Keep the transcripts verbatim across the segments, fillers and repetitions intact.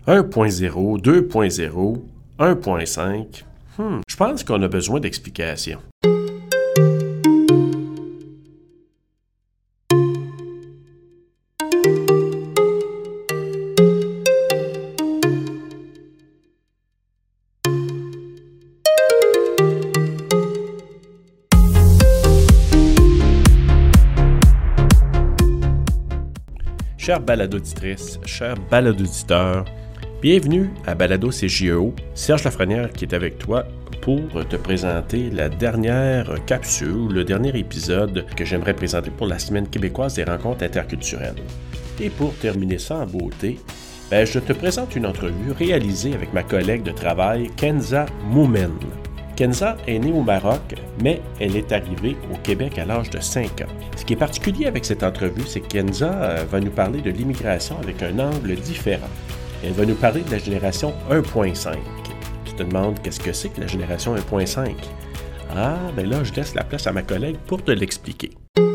un point zéro, deux point zéro, un point cinq. Hmm, je pense qu'on a besoin d'explications. Chers balado-auditrices, chers balado-auditeurs, bienvenue à Balado C J E O. Serge Lafrenière qui est avec toi pour te présenter la dernière capsule, le dernier épisode que j'aimerais présenter pour la Semaine québécoise des rencontres interculturelles. Et pour terminer ça en beauté, ben, je te présente une entrevue réalisée avec ma collègue de travail, Kenza Moumen. Kenza est née au Maroc, mais elle est arrivée au Québec à l'âge de cinq ans. Ce qui est particulier avec cette entrevue, c'est que Kenza va nous parler de l'immigration avec un angle différent. Elle va nous parler de la génération un point cinq. Tu te demandes qu'est-ce que c'est que la génération un point cinq? Ah, ben là, je laisse la place à ma collègue pour te l'expliquer.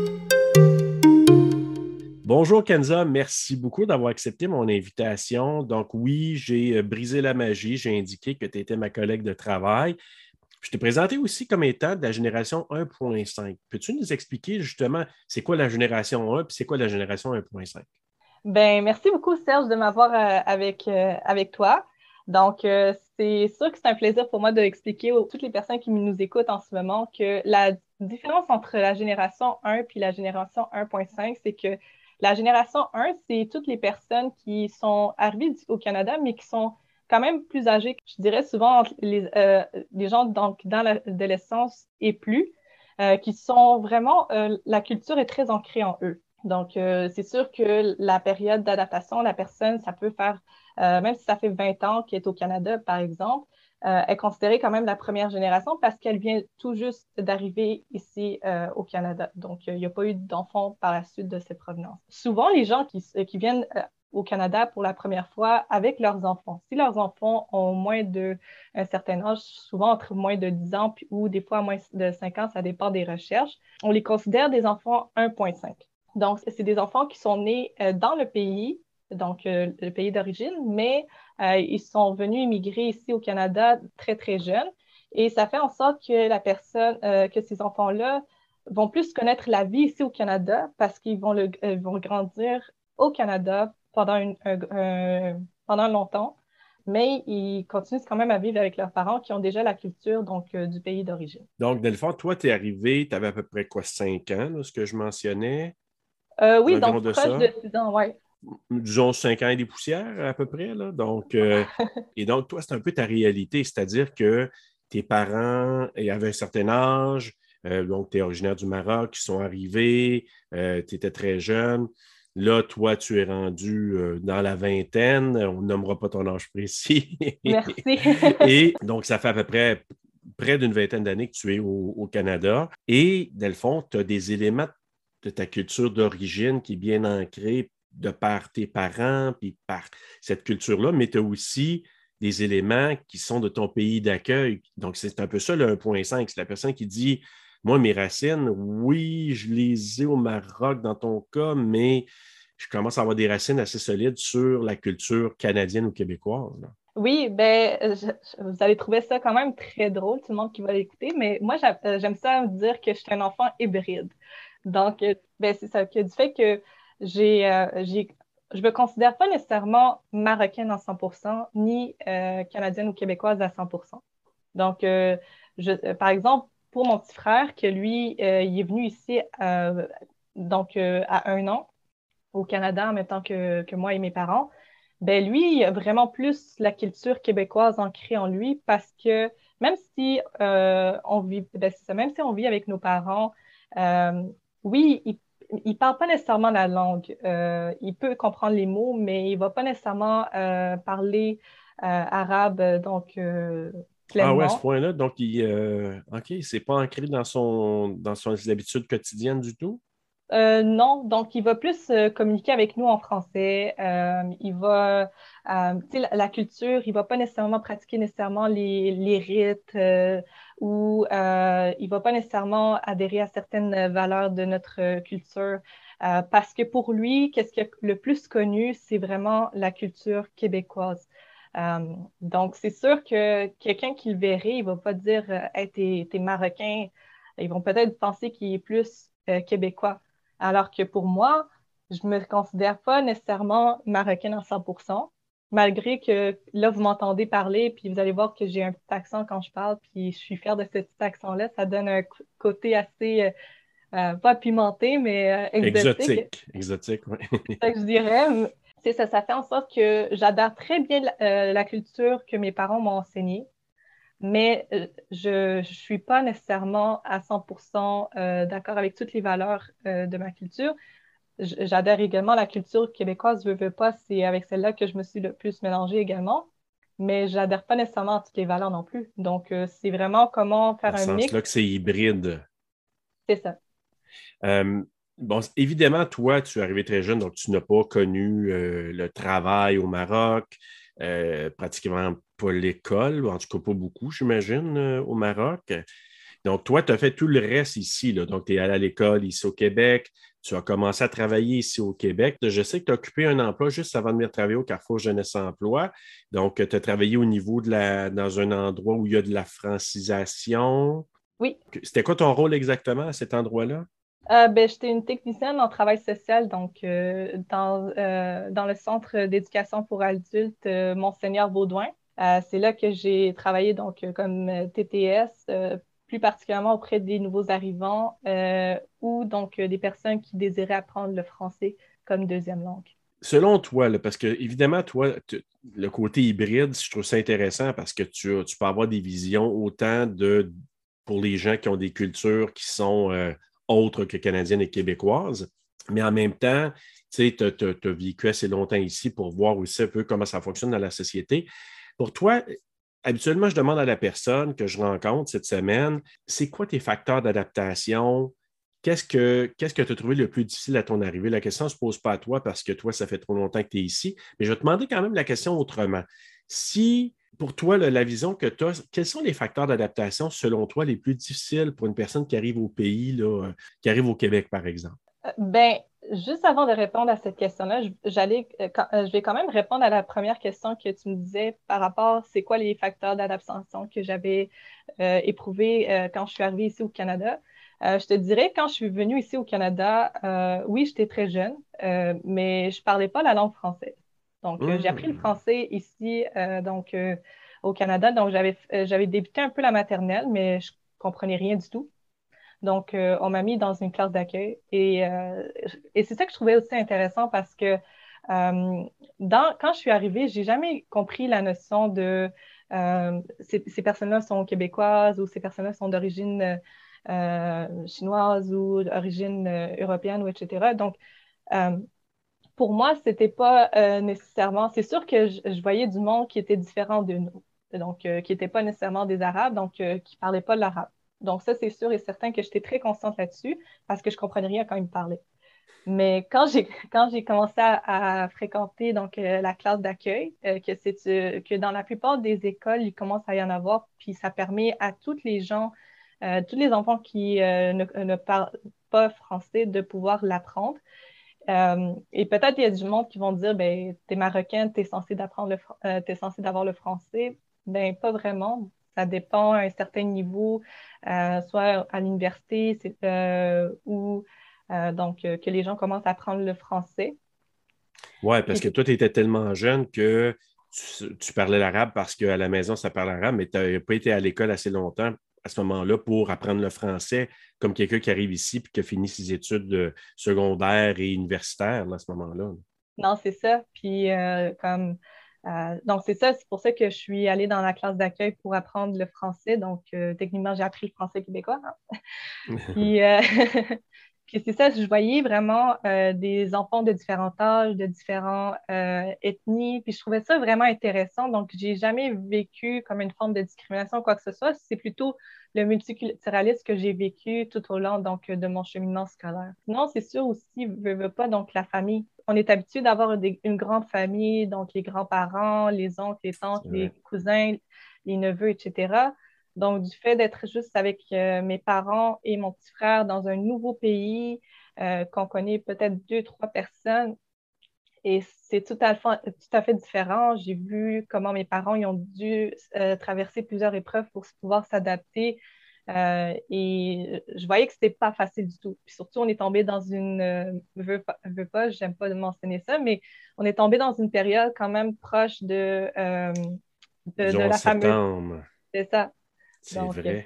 Bonjour Kenza, merci beaucoup d'avoir accepté mon invitation. Donc oui, j'ai brisé la magie, j'ai indiqué que tu étais ma collègue de travail. Je t'ai présenté aussi comme étant de la génération un point cinq. Peux-tu nous expliquer justement c'est quoi la génération un et c'est quoi la génération un point cinq? Ben, merci beaucoup, Serge, de m'avoir euh, avec, euh, avec toi. Donc, euh, c'est sûr que c'est un plaisir pour moi d'expliquer aux toutes les personnes qui nous écoutent en ce moment que la différence entre la génération un et la génération un point cinq, c'est que la génération un, c'est toutes les personnes qui sont arrivées au Canada, mais qui sont quand même plus âgées, je dirais souvent entre les, euh, les gens donc, dans l'adolescence et plus, euh, qui sont vraiment, euh, la culture est très ancrée en eux. Donc, euh, c'est sûr que la période d'adaptation, la personne, ça peut faire, euh, même si ça fait vingt ans qu'elle est au Canada, par exemple, euh, est considérée quand même la première génération parce qu'elle vient tout juste d'arriver ici euh, au Canada. Donc, euh, il n'y a pas eu d'enfants par la suite de cette provenance. Souvent, les gens qui, qui viennent euh, au Canada pour la première fois avec leurs enfants, si leurs enfants ont moins d'un certain âge, souvent entre moins de dix ans puis, ou des fois moins de cinq ans, ça dépend des recherches, on les considère des enfants un point cinq. Donc, c'est des enfants qui sont nés euh, dans le pays, donc euh, le pays d'origine, mais euh, ils sont venus immigrer ici au Canada très, très jeunes. Et ça fait en sorte que la personne, euh, que ces enfants-là vont plus connaître la vie ici au Canada parce qu'ils vont, le, euh, vont grandir au Canada pendant, une, un, un, pendant longtemps, mais ils continuent quand même à vivre avec leurs parents qui ont déjà la culture donc, euh, du pays d'origine. Donc, dans le fond, toi, tu es arrivé, tu avais à peu près quoi, cinq ans, là, ce que je mentionnais, Euh, aux oui, environs donc de proche ça. de six ans, oui. Disons cinq ans et des poussières à peu près. Là. Donc, euh, et donc, toi, c'est un peu ta réalité, c'est-à-dire que tes parents avaient un certain âge, euh, donc tu es originaire du Maroc, ils sont arrivés, euh, tu étais très jeune. Là, toi, tu es rendu euh, dans la vingtaine, on ne nommera pas ton âge précis. Merci. Et donc, ça fait à peu près près d'une vingtaine d'années que tu es au, au Canada. Et, dans le fond, tu as des éléments de ta culture d'origine qui est bien ancrée de par tes parents, puis par cette culture-là, mais tu as aussi des éléments qui sont de ton pays d'accueil. Donc, c'est un peu ça le un point cinq. C'est la personne qui dit, moi, mes racines, oui, je les ai au Maroc dans ton cas, mais je commence à avoir des racines assez solides sur la culture canadienne ou québécoise. Là. Oui, ben, je- je- vous allez trouver ça quand même très drôle, tout le monde qui va l'écouter, mais moi, j'a- euh, j'aime ça me dire que je suis un enfant hybride. Donc, euh, ben, c'est ça, que du fait que j'ai, euh, j'ai, je me considère pas nécessairement marocaine à cent pour cent, ni euh, canadienne ou québécoise à cent pour cent. Donc, euh, je, euh, par exemple, pour mon petit frère, que lui, euh, il est venu ici euh, donc, euh, à un an au Canada en même temps que, que moi et mes parents, ben lui, il a vraiment plus la culture québécoise ancrée en lui parce que même si euh, on vit, ben c'est ça, même si on vit avec nos parents, euh, oui, il il parle pas nécessairement la langue. Euh, il peut comprendre les mots, mais il va pas nécessairement euh, parler euh, arabe donc euh, Ah ouais, à ce pleinement. point-là, donc, il, euh, OK, c'est pas ancré dans son, dans son habitudes quotidiennes du tout? Euh, non, donc il va plus euh, communiquer avec nous en français. Euh, il va, euh, tu sais, la, la culture, il va pas nécessairement pratiquer nécessairement les, les rites euh, ou euh, il va pas nécessairement adhérer à certaines valeurs de notre euh, culture. Euh, parce que pour lui, qu'est-ce qui est le plus connu, c'est vraiment la culture québécoise. Euh, donc, c'est sûr que quelqu'un qui le verrait, il va pas dire euh, Hey, t'es, t'es marocain. Ils vont peut-être penser qu'il est plus euh, québécois. Alors que pour moi, je me considère pas nécessairement marocaine à cent pour cent, malgré que là, vous m'entendez parler, puis vous allez voir que j'ai un petit accent quand je parle, puis je suis fière de ce petit accent-là. Ça donne un côté assez, euh, euh, pas pimenté, mais euh, exotique. Exotique, exotique, oui. C'est ça que je dirais. C'est ça, ça fait en sorte que j'adhère très bien la, euh, la culture que mes parents m'ont enseignée, mais euh, je ne suis pas nécessairement à cent pour cent euh, d'accord avec toutes les valeurs euh, de ma culture. J- J'adhère également à la culture québécoise, veux, veux pas, c'est avec celle-là que je me suis le plus mélangée également, mais j'adhère pas nécessairement à toutes les valeurs non plus. Donc, euh, c'est vraiment comment Dans faire ce un mix, sens-là que c'est hybride. c'est ça. Euh, bon, évidemment, toi, tu es arrivé très jeune, donc tu n'as pas connu euh, le travail au Maroc, euh, pratiquement pas l'école, en tout cas pas beaucoup, j'imagine, euh, au Maroc. Donc, toi, tu as fait tout le reste ici, là. Donc, tu es allé à l'école ici au Québec, tu as commencé à travailler ici au Québec. Je sais que tu as occupé un emploi juste avant de venir travailler au Carrefour Jeunesse Emploi. Donc, tu as travaillé au niveau de la, dans un endroit où il y a de la francisation. Oui. C'était quoi ton rôle exactement à cet endroit-là? Euh, ben, j'étais une technicienne en travail social, donc euh, dans, euh, dans le centre d'éducation pour adultes euh, Monseigneur Baudouin. Euh, c'est là que j'ai travaillé donc euh, comme euh, T T S, euh, plus particulièrement auprès des nouveaux arrivants euh, ou donc euh, des personnes qui désiraient apprendre le français comme deuxième langue. Selon toi, là, parce que évidemment, toi, tu- le côté hybride, je trouve ça intéressant parce que tu, as- tu peux avoir des visions autant de pour les gens qui ont des cultures qui sont euh, autres que canadiennes et québécoises, mais en même temps, tu sais, tu as vécu assez longtemps ici pour voir aussi un peu comment ça fonctionne dans la société. Pour toi, habituellement, je demande à la personne que je rencontre cette semaine, c'est quoi tes facteurs d'adaptation? Qu'est-ce que qu'est-ce que tu as trouvé le plus difficile à ton arrivée? La question ne se pose pas à toi parce que toi, ça fait trop longtemps que tu es ici, mais je vais te demander quand même la question autrement. Si, pour toi, là, la vision que tu as, quels sont les facteurs d'adaptation, selon toi, les plus difficiles pour une personne qui arrive au pays, là, euh, qui arrive au Québec, par exemple? Euh, Ben, juste avant de répondre à cette question-là, je, j'allais, euh, quand- euh, je vais quand même répondre à la première question que tu me disais par rapport, c'est quoi les facteurs d'adaptation que j'avais euh, éprouvés euh, quand je suis arrivée ici au Canada. Euh, je te dirais, quand je suis venue ici au Canada, euh, oui, j'étais très jeune, euh, mais je parlais pas la langue française. Donc, euh, j'ai appris le Hum. français ici, euh, donc euh, au Canada. Donc, j'avais, euh, j'avais débuté un peu la maternelle, mais je comprenais rien du tout. Donc, euh, on m'a mis dans une classe d'accueil. Et, euh, et c'est ça que je trouvais aussi intéressant parce que euh, dans, quand je suis arrivée, j'ai jamais compris la notion de euh, ces, ces personnes-là sont québécoises ou ces personnes-là sont d'origine euh, chinoise ou d'origine euh, européenne, ou et cetera. Donc, euh, pour moi, c'était pas euh, nécessairement. C'est sûr que je, je voyais du monde qui était différent de nous, donc euh, qui n'était pas nécessairement des Arabes, donc euh, qui parlaient pas l'arabe. Donc ça, c'est sûr et certain que j'étais très consciente là-dessus parce que je comprenais rien quand ils me parlaient. Mais quand j'ai quand j'ai commencé à, à fréquenter donc euh, la classe d'accueil, euh, que c'est euh, que dans la plupart des écoles, il commence à y en avoir, puis ça permet à tous les gens, euh, tous les enfants qui euh, ne, ne parlent pas français de pouvoir l'apprendre. Euh, et peut-être il y a du monde qui vont dire, ben, t'es marocaine, t'es censé d'apprendre le, fr- euh, t'es censé d'avoir le français. Ben, pas vraiment. Ça dépend à un certain niveau, euh, soit à l'université c'est- euh, ou euh, donc euh, que les gens commencent à apprendre le français. Oui, parce Puis que toi, tu étais tellement jeune que tu, tu parlais l'arabe parce qu'à la maison, ça parle arabe, mais tu n'avais pas été à l'école assez longtemps à ce moment-là pour apprendre le français comme quelqu'un qui arrive ici et qui a fini ses études euh, secondaires et universitaires là, à ce moment-là. non, c'est ça. Puis euh, comme euh, donc c'est ça, c'est pour ça que je suis allée dans la classe d'accueil pour apprendre le français. Donc euh, techniquement, j'ai appris le français québécois, hein. Puis, euh, puis c'est ça, je voyais vraiment euh, des enfants de différents âges, de différentes euh, ethnies, puis je trouvais ça vraiment intéressant. Donc, j'ai jamais vécu comme une forme de discrimination ou quoi que ce soit. C'est plutôt le multiculturalisme que j'ai vécu tout au long donc, de mon cheminement scolaire. Non, c'est sûr aussi, veux, veux pas, donc la famille. On est habitué d'avoir des- une grande famille, donc les grands-parents, les oncles, les tantes, C'est vrai. les cousins, les neveux, et cetera. Donc, du fait d'être juste avec euh, mes parents et mon petit frère dans un nouveau pays, euh, qu'on connaît peut-être deux, trois personnes. Et c'est tout à fait, tout à fait différent. J'ai vu comment mes parents ils ont dû euh, traverser plusieurs épreuves pour pouvoir s'adapter. Euh, et je voyais que c'était pas facile du tout. Puis surtout, on est tombé dans une, euh, veux pas, veux pas, j'aime pas de mentionner ça, mais on est tombé dans une période quand même proche de, euh, de, Du de onze la fameuse, septembre, c'est ça. c'est Donc, euh, vrai.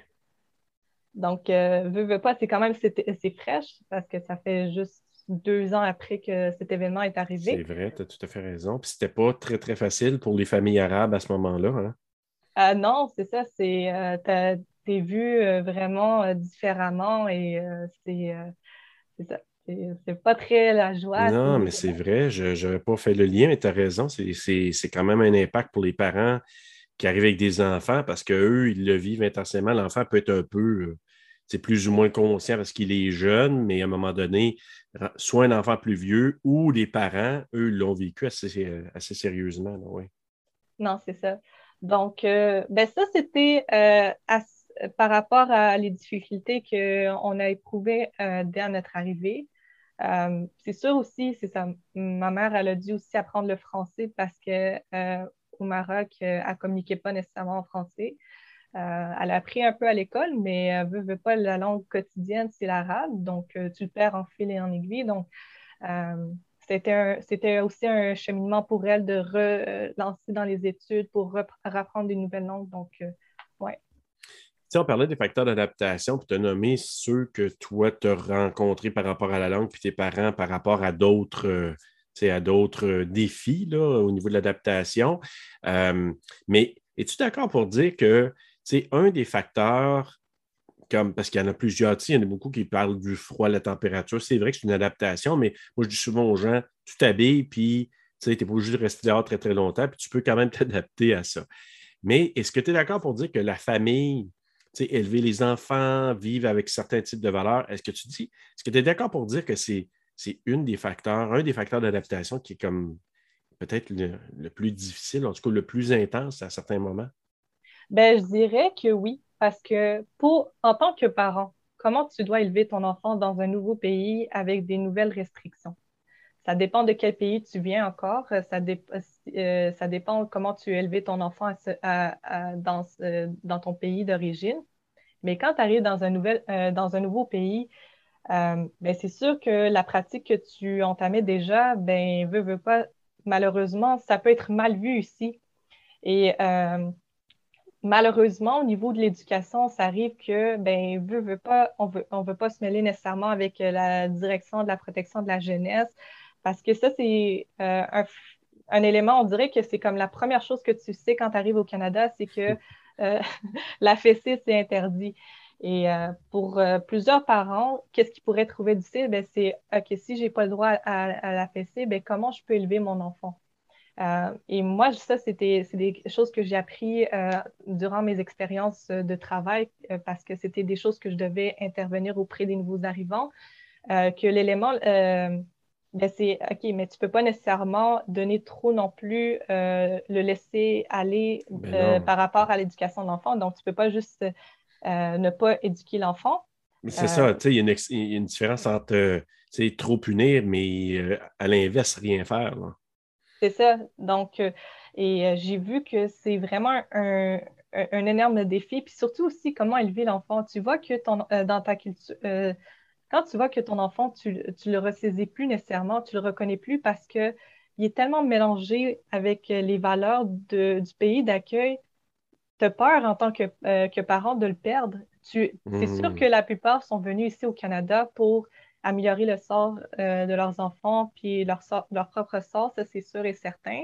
donc euh, veux, veux pas, c'est quand même, c'est c'est fraîche parce que ça fait juste deux ans après que cet événement est C'est arrivé. vrai, tu as tout à fait raison. Puis c'était pas très, très facile pour les familles arabes à ce moment-là, hein? Euh, non, c'est ça, c'est euh, t'as- t'es vu euh, vraiment euh, différemment et euh, c'est euh, c'est ça. C'est c'est pas très la joie à ces Non, mais c'est niveaux-là. vrai, je n'avais pas fait le lien, mais tu as raison. C'est c'est- c'est quand même un impact pour les parents qui arrivent avec des enfants parce qu'eux, ils le vivent intensément. L'enfant peut être un peu, euh, c'est plus ou moins conscient parce qu'il est jeune, mais à un moment donné, ra- soit un enfant plus vieux ou les parents, eux, l'ont vécu assez, euh, assez sérieusement. Là, ouais. Non, c'est ça. Donc, euh, ben ça, c'était euh, à- par rapport à les difficultés qu'on a éprouvées euh, dès notre arrivée. Euh, c'est sûr aussi, c'est ça. Ma mère, elle a dû aussi apprendre le français parce que euh, au Maroc, euh, elle ne communiquait pas nécessairement en français. Euh, elle a appris un peu à l'école, mais elle veut, veut pas la langue quotidienne, c'est l'arabe. Donc, euh, tu le perds en fil et en aiguille. Donc, euh, c'était un- c'était aussi un cheminement pour elle de relancer dans les études pour repr- reprendre des nouvelles langues. Donc, euh, ouais. Tu sais, on parlait des facteurs d'adaptation, puis tu as nommé ceux que toi, tu as rencontrés par rapport à la langue, puis tes parents par rapport à d'autres euh, tu sais, à d'autres euh, défis là, au niveau de l'adaptation. Euh, mais es-tu d'accord pour dire que tu sais, un des facteurs, comme, parce qu'il y en a plusieurs, tu sais, il y en a beaucoup qui parlent du froid, la température. C'est vrai que c'est une adaptation, mais moi, je dis souvent aux gens, tu t'habilles, puis tu n'es pas obligé de rester dehors très, très longtemps, puis tu peux quand même t'adapter à ça. Mais est-ce que tu es d'accord pour dire que la famille, tu sais, élever les enfants, vivre avec certains types de valeurs, est-ce que tu dis, est-ce que tu es d'accord pour dire que c'est, c'est une des facteurs, un des facteurs d'adaptation qui est comme peut-être le, le plus difficile, en tout cas le plus intense à certains moments? Ben, je dirais que oui, parce que pour, en tant que parent, comment tu dois élever ton enfant dans un nouveau pays avec des nouvelles restrictions? Ça dépend de quel pays tu viens encore. euh, Ça, dé- euh, ça dépend comment tu as élevé ton enfant à ce- à- à- dans, ce- dans ton pays d'origine. Mais quand tu arrives dans un nouvel, euh, dans un nouveau pays, euh, ben, c'est sûr que la pratique que tu entamais déjà, ben, veut, veut pas, malheureusement, ça peut être mal vu ici. Et euh, malheureusement, au niveau de l'éducation, ça arrive que, ben, veut, veut pas, on veut, on veut pas se mêler nécessairement avec euh, la direction de la protection de la jeunesse, parce que ça, c'est euh, un, un élément, on dirait que c'est comme la première chose que tu sais quand tu arrives au Canada, c'est que euh, la fessée, c'est interdit. Et euh, pour euh, plusieurs parents, qu'est-ce qu'ils pourraient trouver difficile? Ben, c'est, OK, si j'ai pas le droit à, à la fessée, ben, comment je peux élever mon enfant? Euh, et moi, ça, c'était, c'est des choses que j'ai appris euh, durant mes expériences de travail euh, parce que c'était des choses que je devais intervenir auprès des nouveaux arrivants. Euh, que l'élément, euh, ben, c'est OK, mais tu peux pas nécessairement donner trop non plus, euh, le laisser aller Ben euh, non. par rapport à l'éducation de l'enfant. Donc, tu peux pas juste euh, ne pas éduquer l'enfant. Mais c'est Euh, ça, tu sais, il y a une, ex- il y a une différence entre euh, tu sais, trop punir, mais euh, à l'inverse, rien faire. Là. C'est ça. Donc, euh, et euh, j'ai vu que c'est vraiment un, un, un énorme défi. Puis surtout aussi, comment élever l'enfant. Tu vois que ton, euh, dans ta culture, euh, quand tu vois que ton enfant, tu, tu le ressaisis plus nécessairement, tu le reconnais plus parce que il est tellement mélangé avec euh, les valeurs de, du pays d'accueil, tu as peur en tant que, euh, que parent de le perdre. Tu, c'est sûr que Mhm. la plupart sont venus ici au Canada pour améliorer le sort euh, de leurs enfants puis leur, sort- leur propre sort, ça c'est sûr et certain.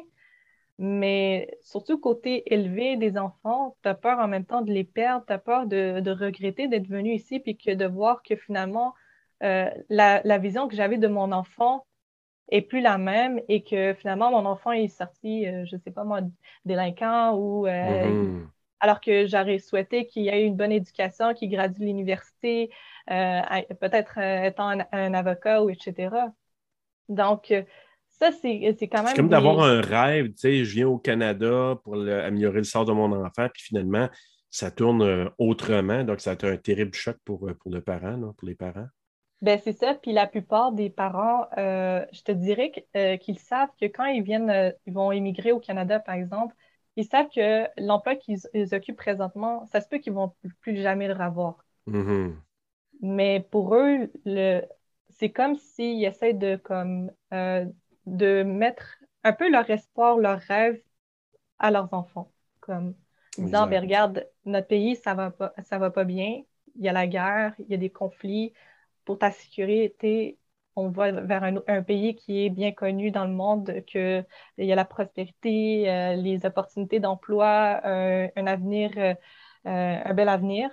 Mais surtout côté élevé des enfants, tu as peur en même temps de les perdre, tu as peur de, de regretter d'être venu ici puis que de voir que finalement, euh, la, la vision que j'avais de mon enfant est plus la même et que finalement, mon enfant est sorti, euh, je sais pas moi, délinquant ou euh, il- Mhm. alors que j'aurais souhaité qu'il ait une bonne éducation, qu'il gradue de l'université, euh, à- peut-être euh, étant un, un avocat ou et cetera. Donc, euh, ça, c'est, c'est quand C'est même comme d'avoir des, un rêve, tu sais, je viens au Canada pour le- améliorer le sort de mon enfant, puis finalement, ça tourne euh, autrement. Donc, ça a été un terrible choc pour, euh, pour le parent, là, pour les parents. Ben, c'est ça. Puis la plupart des parents, euh, je te dirais que, euh, qu'ils savent que quand ils viennent, euh, ils vont émigrer au Canada, par exemple, ils savent que l'emploi qu'ils ils occupent présentement, ça se peut qu'ils vont plus plus jamais le revoir. Mhm. Mais pour eux, le, c'est comme s'ils essaient de, comme, euh, de mettre un peu leur espoir, leur rêve à leurs enfants. Comme disant, ben, Exact. regarde, notre pays, ça va pas, ça va pas bien. Il y a la guerre, il y a des conflits. Pour ta sécurité, on va vers un, un pays qui est bien connu dans le monde, que il y a la prospérité, euh, les opportunités d'emploi, euh, un avenir, euh, euh, un bel avenir.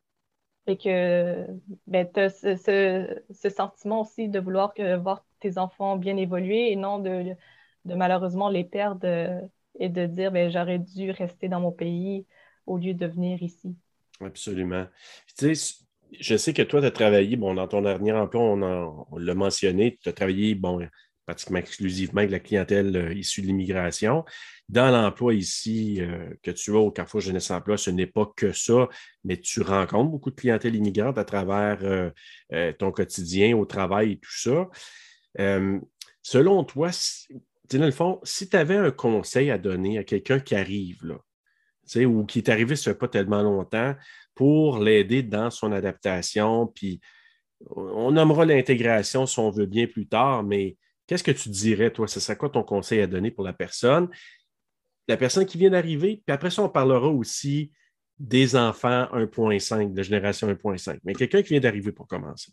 Et que ben, tu as ce, ce, ce sentiment aussi de vouloir que, voir tes enfants bien évoluer et non de, de malheureusement les perdre euh, et de dire ben, j'aurais dû rester dans mon pays au lieu de venir ici. Absolument. Puis, tu sais, je sais que toi, tu as travaillé, bon, dans ton dernier emploi, on, en- on l'a mentionné, tu as travaillé, bon, pratiquement exclusivement avec la clientèle euh, issue de l'immigration. Dans l'emploi ici euh, que tu as au Carrefour Jeunesse Emploi, ce n'est pas que ça, mais tu rencontres beaucoup de clientèle immigrante à travers euh, euh, ton quotidien, au travail et tout ça. Euh, Selon toi, si- tu sais, dans le fond, si tu avais un conseil à donner à quelqu'un qui arrive, là, tu sais, ou qui est arrivé ça fait pas tellement longtemps pour l'aider dans son adaptation. Puis on nommera l'intégration si on veut bien plus tard, mais qu'est-ce que tu dirais, toi? Ce serait quoi ton conseil à donner pour la personne? La personne qui vient d'arriver, puis après ça, on parlera aussi des enfants un point cinq, de génération un point cinq. Mais quelqu'un qui vient d'arriver pour commencer.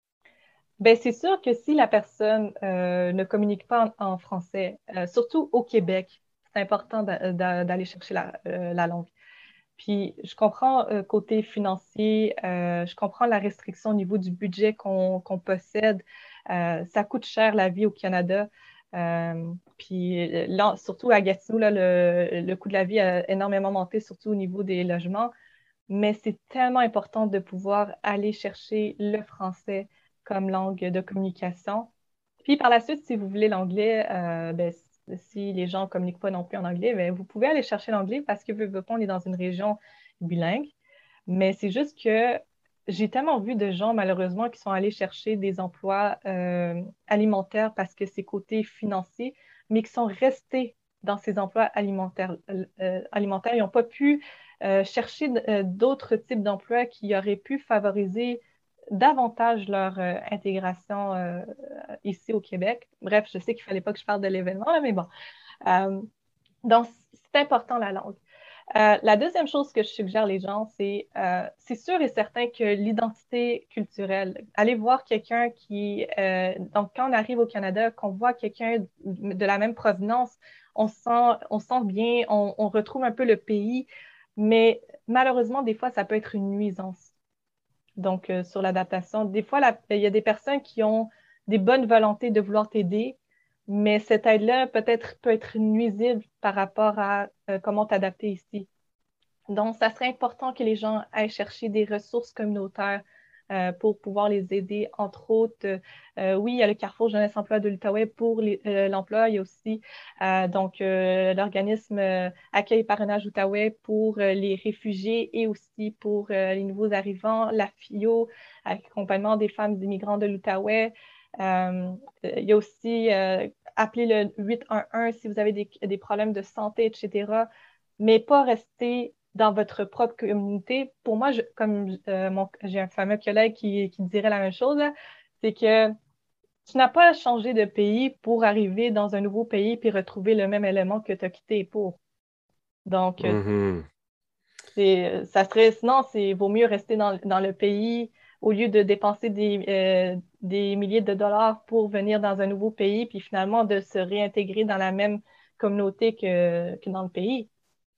Ben, c'est sûr que si la personne euh, ne communique pas en, en français, euh, surtout au Québec, c'est important d'a- d'a- d'aller chercher la, euh, la langue. Puis je comprends euh, côté financier, euh, je comprends la restriction au niveau du budget qu'on qu'on possède. Euh, ça coûte cher la vie au Canada. Euh, puis euh, là, surtout à Gatineau, là, le, le coût de la vie a énormément monté, surtout au niveau des logements. Mais c'est tellement important de pouvoir aller chercher le français comme langue de communication. Puis par la suite, si vous voulez l'anglais, euh, ben, si les gens ne communiquent pas non plus en anglais, ben, vous pouvez aller chercher l'anglais parce que veux, veux pas, on est dans une région bilingue. Mais c'est juste que j'ai tellement vu de gens, malheureusement, qui sont allés chercher des emplois euh, alimentaires parce que c'est côté financier, mais qui sont restés dans ces emplois alimentaires. euh, alimentaires. Ils n'ont pas pu euh, chercher euh, d'autres types d'emplois qui auraient pu favoriser davantage leur euh, intégration euh, ici au Québec. Bref, je sais qu'il ne fallait pas que je parle de l'événement, là, mais bon. Euh, donc, c'est important la langue. Euh, la deuxième chose que je suggère les gens, c'est euh, c'est sûr et certain que l'identité culturelle, aller voir quelqu'un qui, euh, donc quand on arrive au Canada, qu'on voit quelqu'un de la même provenance, on sent, on sent bien, on, on retrouve un peu le pays, mais malheureusement, des fois, ça peut être une nuisance. Donc, euh, sur l'adaptation, des fois, la- il y a des personnes qui ont des bonnes volontés de vouloir t'aider, mais cette aide-là peut-être peut être nuisible par rapport à euh, comment t'adapter ici. Donc, ça serait important que les gens aillent chercher des ressources communautaires euh, pour pouvoir les aider. Entre autres, euh, oui, il y a le Carrefour Jeunesse Emploi de l'Outaouais pour les- euh, l'emploi. Il y a aussi euh, donc euh, l'organisme euh, Accueil et Parrainage Outaouais pour euh, les réfugiés et aussi pour euh, les nouveaux arrivants, la F I O, accompagnement des femmes immigrants de l'Outaouais. Euh, il y a aussi euh, appelez le huit un un si vous avez des, des problèmes de santé, et cetera. Mais pas rester dans votre propre communauté. Pour moi, je, comme euh, mon- j'ai un fameux collègue qui, qui dirait la même chose, là, c'est que tu n'as pas changé de pays pour arriver dans un nouveau pays puis retrouver le même élément que tu as quitté pour. Donc, euh, Mhm. c'est, ça serait, sinon, c'est vaut mieux rester dans, dans le pays au lieu de dépenser des, euh, des milliers de dollars pour venir dans un nouveau pays puis finalement de se réintégrer dans la même communauté que, que dans le pays.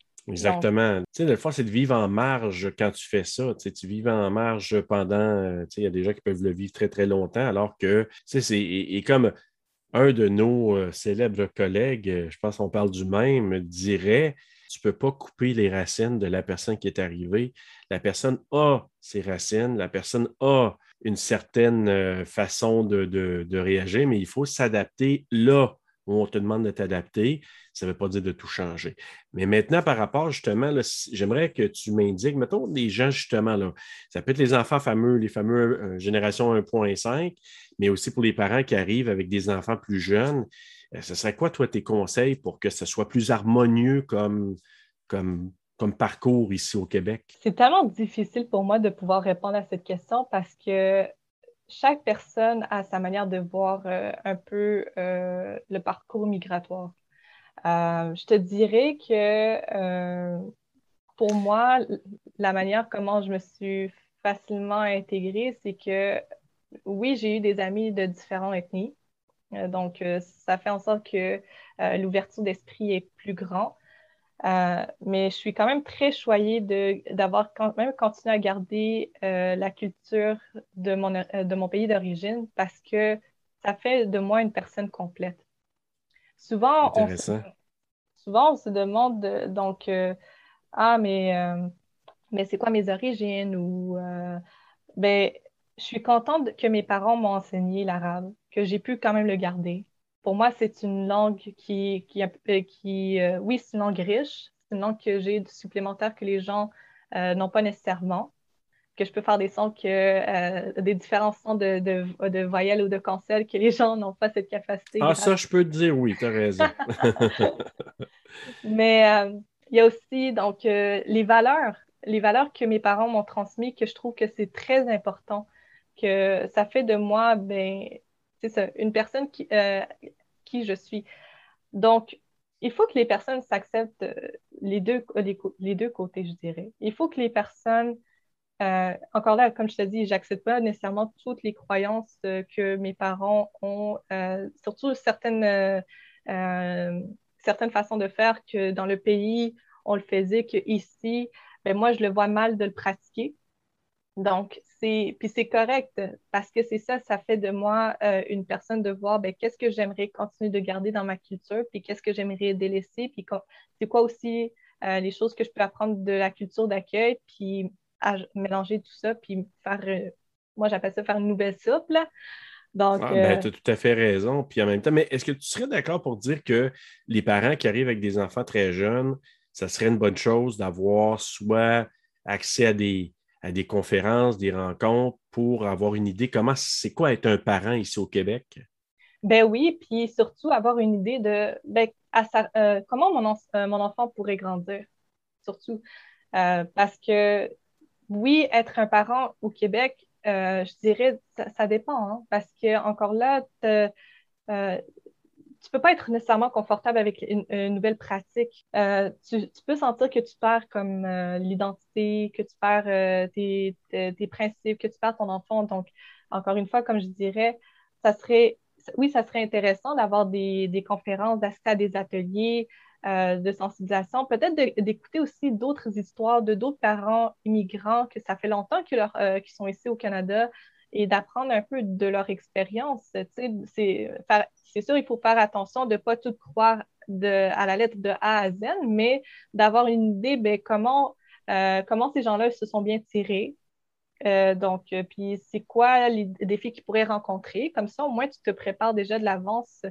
Donc, Exactement. Tu sais, le fond, c'est de vivre en marge quand tu fais ça. Tu sais, tu vis en marge pendant, euh, tu sais, il y a des gens qui peuvent le vivre très, très longtemps, alors que, tu sais, c'est, et, et comme un de nos euh, célèbres collègues, euh, je pense qu'on parle du même, dirait, tu ne peux pas couper les racines de la personne qui est arrivée. La personne a ses racines, la personne a une certaine euh, façon de, de, de réagir, mais il faut s'adapter là où on te demande de t'adapter, ça ne veut pas dire de tout changer. Mais maintenant, par rapport justement, là, j'aimerais que tu m'indiques, mettons, les gens justement, là, ça peut être les enfants fameux, les fameux euh, génération un point cinq, mais aussi pour les parents qui arrivent avec des enfants plus jeunes. Euh, ce serait quoi, toi, tes conseils pour que ce soit plus harmonieux comme, comme, comme parcours ici au Québec? C'est tellement difficile pour moi de pouvoir répondre à cette question parce que chaque personne a sa manière de voir euh, un peu euh, le parcours migratoire. Euh, je te dirais que euh, pour moi, la manière comment je me suis facilement intégrée, c'est que oui, j'ai eu des amis de différentes ethnies. Euh, donc, euh, ça fait en sorte que euh, l'ouverture d'esprit est plus grande. Euh, mais je suis quand même très choyée de, d'avoir quand même continué à garder euh, la culture de mon, euh, de mon pays d'origine parce que ça fait de moi une personne complète. Souvent, on se, Intéressant. souvent, on se demande euh, donc, euh, ah, mais, euh, mais c'est quoi mes origines? Ou, euh, ben, je suis contente que mes parents m'ont enseigné l'arabe, que j'ai pu quand même le garder. Pour moi, c'est une langue qui, qui, euh, qui euh, oui, c'est une langue riche, c'est une langue que j'ai supplémentaire que les gens euh, n'ont pas nécessairement, que je peux faire des sons que euh, des différents sons de, de, de voyelles ou de consonnes que les gens n'ont pas cette capacité Ah, grâce. ça, je peux te dire oui, tu as raison. Mais euh, il y a aussi donc euh, les valeurs, les valeurs que mes parents m'ont transmises, que je trouve que c'est très important, que ça fait de moi, ben, c'est ça, une personne qui, euh, qui je suis. Donc, il faut que les personnes s'acceptent euh, les deux, les, co- les deux côtés, je dirais. Il faut que les personnes, euh, encore là, comme je te dis, j'accepte pas nécessairement toutes les croyances euh, que mes parents ont, euh, surtout certaines, euh, euh, certaines façons de faire que dans le pays, on le faisait, que ici, ben moi, je le vois mal de le pratiquer. Donc, c'est, puis c'est correct parce que c'est ça, ça fait de moi euh, une personne de voir ben, qu'est-ce que j'aimerais continuer de garder dans ma culture, puis qu'est-ce que j'aimerais délaisser, puis co- c'est quoi aussi euh, les choses que je peux apprendre de la culture d'accueil, puis à- mélanger tout ça, puis faire, euh, moi j'appelle ça faire une nouvelle soupe, là. Donc, Ah, ben, euh, tu as tout à fait raison. Puis en même temps, mais est-ce que tu serais d'accord pour dire que les parents qui arrivent avec des enfants très jeunes, ça serait une bonne chose d'avoir soit accès à des, à des conférences, des rencontres pour avoir une idée comment c'est quoi être un parent ici au Québec? ben oui, puis surtout avoir une idée de ben, à sa- euh, comment mon, en- euh, mon enfant pourrait grandir, surtout. Euh, parce que oui, être un parent au Québec, euh, je dirais, ça, ça dépend, hein, parce que encore là, te- euh, tu peux pas être nécessairement confortable avec une, une nouvelle pratique. Euh, tu, tu peux sentir que tu perds comme euh, l'identité, que tu perds euh, tes, tes, tes principes, que tu perds ton enfant. Donc, encore une fois, comme je dirais, ça serait, oui, ça serait intéressant d'avoir des, des conférences, d'assister à des ateliers euh, de sensibilisation, peut-être de- d'écouter aussi d'autres histoires de d'autres parents immigrants que ça fait longtemps que leur, euh, qu'ils sont ici au Canada et d'apprendre un peu de leur expérience. Tu sais, c'est, faire- c'est sûr, il faut faire attention de ne pas tout croire de, à la lettre de A à Z, mais d'avoir une idée, ben, comment, euh, comment ces gens-là se sont bien tirés. Euh, donc, euh, puis c'est quoi les défis qu'ils pourraient rencontrer. Comme ça, au moins, tu te prépares déjà de l'avance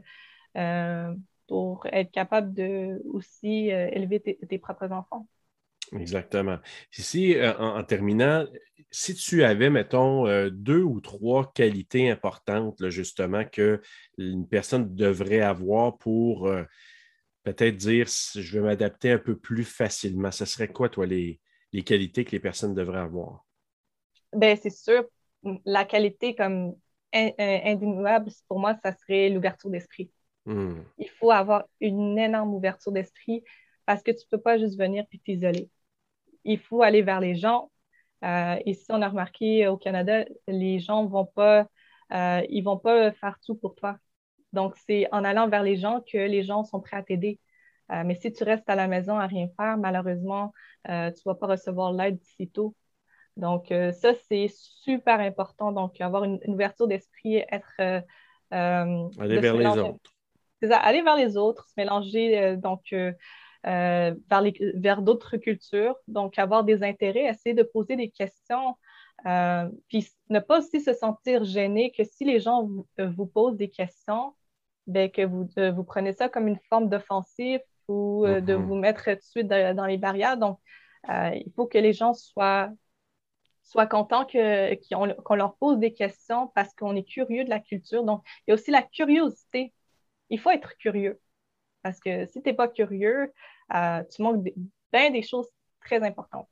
euh, pour être capable de aussi euh, élever tes, tes propres enfants. Exactement. Ici, euh, en, en terminant, si tu avais, mettons, euh, deux ou trois qualités importantes, là, justement, que une personne devrait avoir pour euh, peut-être dire si je vais m'adapter un peu plus facilement, ce serait quoi, toi, les, les qualités que les personnes devraient avoir? Ben, c'est sûr, la qualité comme in- euh, indéniable, pour moi, ça serait l'ouverture d'esprit. Hmm. Il faut avoir une énorme ouverture d'esprit parce que tu ne peux pas juste venir puis t'isoler. Il faut aller vers les gens. Euh, ici, on a remarqué au Canada, les gens vont pas, euh, ils vont pas faire tout pour toi. Donc, c'est en allant vers les gens que les gens sont prêts à t'aider. Euh, mais si tu restes à la maison à rien faire, malheureusement, euh, tu ne vas pas recevoir l'aide d'ici tôt. Donc, euh, ça, c'est super important. Donc, avoir une, une ouverture d'esprit, être, euh, euh, Aller de se vers les mélanger, autres. c'est ça, aller vers les autres, se mélanger euh, donc euh, euh, vers les, vers d'autres cultures, donc avoir des intérêts, essayer de poser des questions, euh, puis ne pas aussi se sentir gêné que si les gens vous, euh, vous posent des questions, ben, que vous, euh, vous prenez ça comme une forme d'offensive ou euh, de Mhm. vous mettre tout de suite de- dans les barrières. Donc, euh, il faut que les gens soient, soient contents que, qu'on, qu'on leur pose des questions parce qu'on est curieux de la culture. Donc, il y a aussi la curiosité. Il faut être curieux parce que si tu n'es pas curieux, euh, tu manques de- bien des choses très importantes.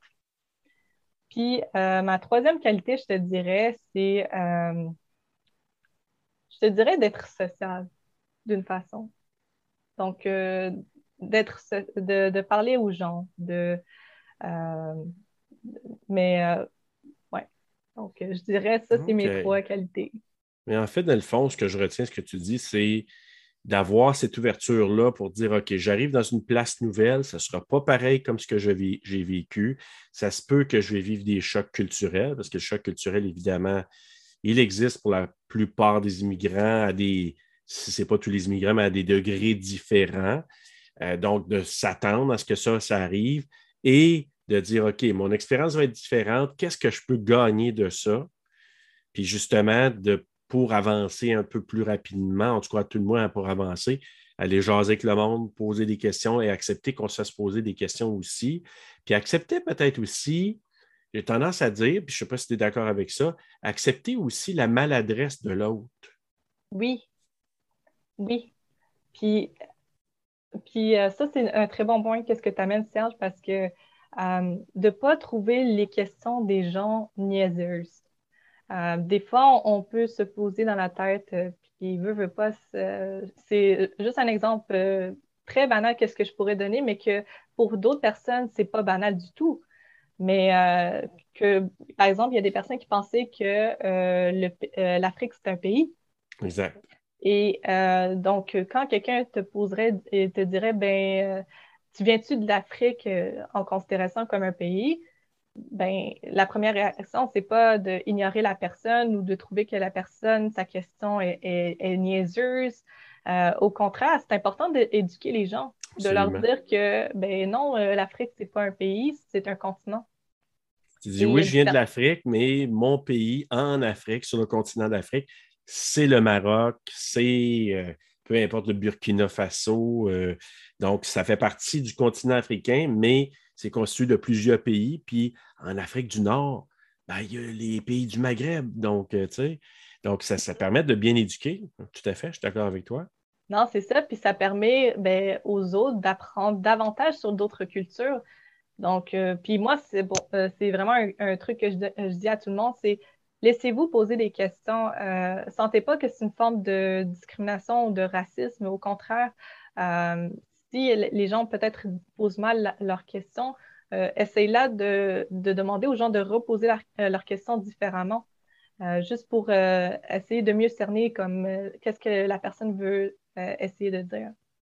Puis, euh, ma troisième qualité, je te dirais, c'est, euh, je te dirais d'être social d'une façon. Donc, euh, d'être, so- de, de parler aux gens, de, euh, mais, euh, ouais. Donc, euh, je dirais ça, c'est mes OK. trois qualités. Mais en fait, dans le fond, ce que je retiens, ce que tu dis, c'est d'avoir cette ouverture-là pour dire, OK, j'arrive dans une place nouvelle, ça ne sera pas pareil comme ce que je vis- j'ai vécu. Ça se peut que je vais vivre des chocs culturels, parce que le choc culturel, évidemment, il existe pour la plupart des immigrants à des, si ce n'est pas tous les immigrants, mais à des degrés différents. Euh, donc, de s'attendre à ce que ça, ça arrive et de dire, OK, mon expérience va être différente. Qu'est-ce que je peux gagner de ça? Puis justement, de, pour avancer un peu plus rapidement, en tout cas tout le moins pour avancer, aller jaser avec le monde, poser des questions et accepter qu'on se fasse poser des questions aussi. Puis accepter peut-être aussi, j'ai tendance à dire, puis je ne sais pas si tu es d'accord avec ça, accepter aussi la maladresse de l'autre. Oui, oui. Puis, puis euh, ça, c'est un très bon point, qu'est-ce que tu amènes, Serge, parce que euh, de ne pas trouver les questions des gens niaiseuses. Euh, des fois, on, on peut se poser dans la tête, euh, puis veut, veut pas. C'est c'est juste un exemple euh, très banal, qu'est-ce que je pourrais donner, mais que pour d'autres personnes, c'est pas banal du tout. Mais euh, que, par exemple, il y a des personnes qui pensaient que euh, le p- euh, l'Afrique, c'est un pays. Exact. Et euh, donc, quand quelqu'un te poserait et te dirait, ben, euh, tu viens-tu de l'Afrique euh, en considérant ça comme un pays? Ben, la première réaction, c'est pas d'ignorer la personne ou de trouver que la personne, sa question est, est, est niaiseuse. Euh, au contraire, c'est important d'éduquer les gens, de leur Absolument. dire que, ben non, euh, l'Afrique, c'est pas un pays, c'est un continent. Tu dis, Et il y oui, a je viens de différents. l'Afrique, mais mon pays en Afrique, sur le continent d'Afrique, c'est le Maroc, c'est euh, peu importe le Burkina Faso. Euh, donc, ça fait partie du continent africain, mais c'est constitué de plusieurs pays. Puis en Afrique du Nord, ben, il y a les pays du Maghreb. Donc, euh, tu sais, donc ça, ça permet de bien éduquer. Tout à fait, je suis d'accord avec toi. Non, c'est ça, puis ça permet ben, aux autres d'apprendre davantage sur d'autres cultures. Donc, euh, puis moi, c'est bon, euh, c'est vraiment un, un truc que je, je dis à tout le monde, c'est laissez-vous poser des questions. Euh, sentez pas que c'est une forme de discrimination ou de racisme. Au contraire, euh, si les gens peut-être posent mal la- leurs questions, euh, essayez-là de, de demander aux gens de reposer leur- euh, leurs questions différemment, euh, juste pour euh, essayer de mieux cerner comme euh, qu'est-ce que la personne veut euh, essayer de dire.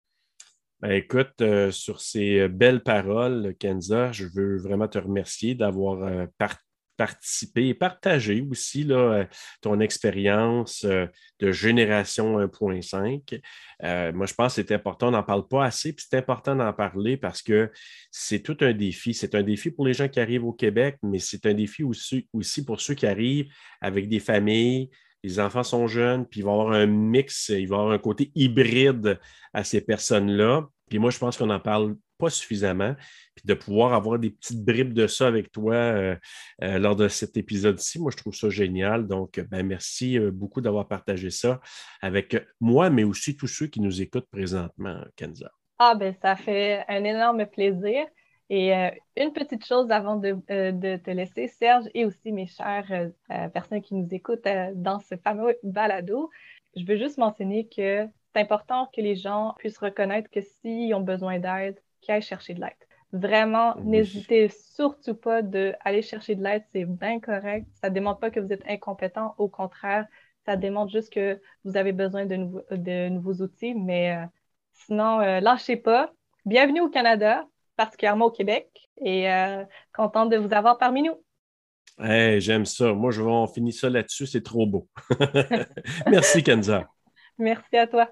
Ben, écoute, euh, sur ces belles paroles, Kenza, je veux vraiment te remercier d'avoir euh, par- participé et partagé aussi là, euh, ton expérience euh, de génération un point cinq. Euh, moi, je pense que c'est important, on n'en parle pas assez, puis c'est important d'en parler parce que c'est tout un défi. C'est un défi pour les gens qui arrivent au Québec, mais c'est un défi aussi, aussi pour ceux qui arrivent avec des familles. Les enfants sont jeunes, puis il va y avoir un mix, il va y avoir un côté hybride à ces personnes-là. Puis moi, je pense qu'on n'en parle pas suffisamment. Puis de pouvoir avoir des petites bribes de ça avec toi euh, euh, lors de cet épisode-ci, moi, je trouve ça génial. Donc, ben, merci euh, beaucoup d'avoir partagé ça avec moi, mais aussi tous ceux qui nous écoutent présentement, Kenza. Ah, ben, ça fait un énorme plaisir. Et euh, une petite chose avant de, euh, de te laisser, Serge, et aussi mes chères euh, euh, personnes qui nous écoutent euh, dans ce fameux balado, je veux juste mentionner que c'est important que les gens puissent reconnaître que s'ils ont besoin d'aide, qu'ils aillent chercher de l'aide. Vraiment, Oui. n'hésitez surtout pas d'aller chercher de l'aide, c'est bien correct. Ça ne démontre pas que vous êtes incompétent, au contraire, ça démontre juste que vous avez besoin de, nouveaux de nouveaux outils, mais euh, sinon, euh, lâchez pas. Bienvenue au Canada, particulièrement au Québec, et euh, contente de vous avoir parmi nous. Hey, j'aime ça. Moi, je vais, on finit ça là-dessus. C'est trop beau. Merci, Kenza. Merci à toi.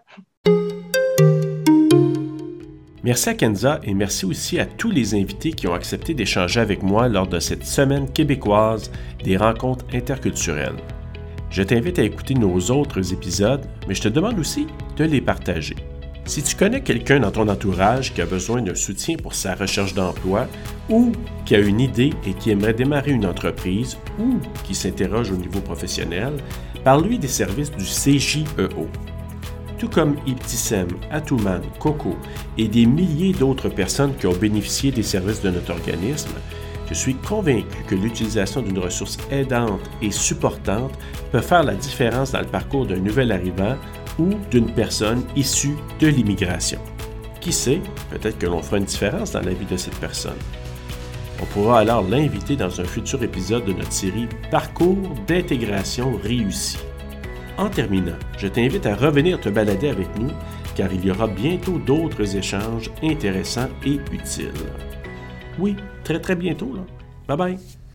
Merci à Kenza et merci aussi à tous les invités qui ont accepté d'échanger avec moi lors de cette semaine québécoise des rencontres interculturelles. Je t'invite à écouter nos autres épisodes, mais je te demande aussi, de les partager. Si tu connais quelqu'un dans ton entourage qui a besoin d'un soutien pour sa recherche d'emploi ou qui a une idée et qui aimerait démarrer une entreprise ou qui s'interroge au niveau professionnel, parle-lui des services du C J E O. Tout comme Ibtissem, Atouman, Coco et des milliers d'autres personnes qui ont bénéficié des services de notre organisme, je suis convaincu que l'utilisation d'une ressource aidante et supportante peut faire la différence dans le parcours d'un nouvel arrivant ou d'une personne issue de l'immigration. Qui sait, peut-être que l'on fera une différence dans la vie de cette personne. On pourra alors l'inviter dans un futur épisode de notre série Parcours d'intégration réussi. En terminant, je t'invite à revenir te balader avec nous car il y aura bientôt d'autres échanges intéressants et utiles. Oui, très très bientôt là. Bye bye!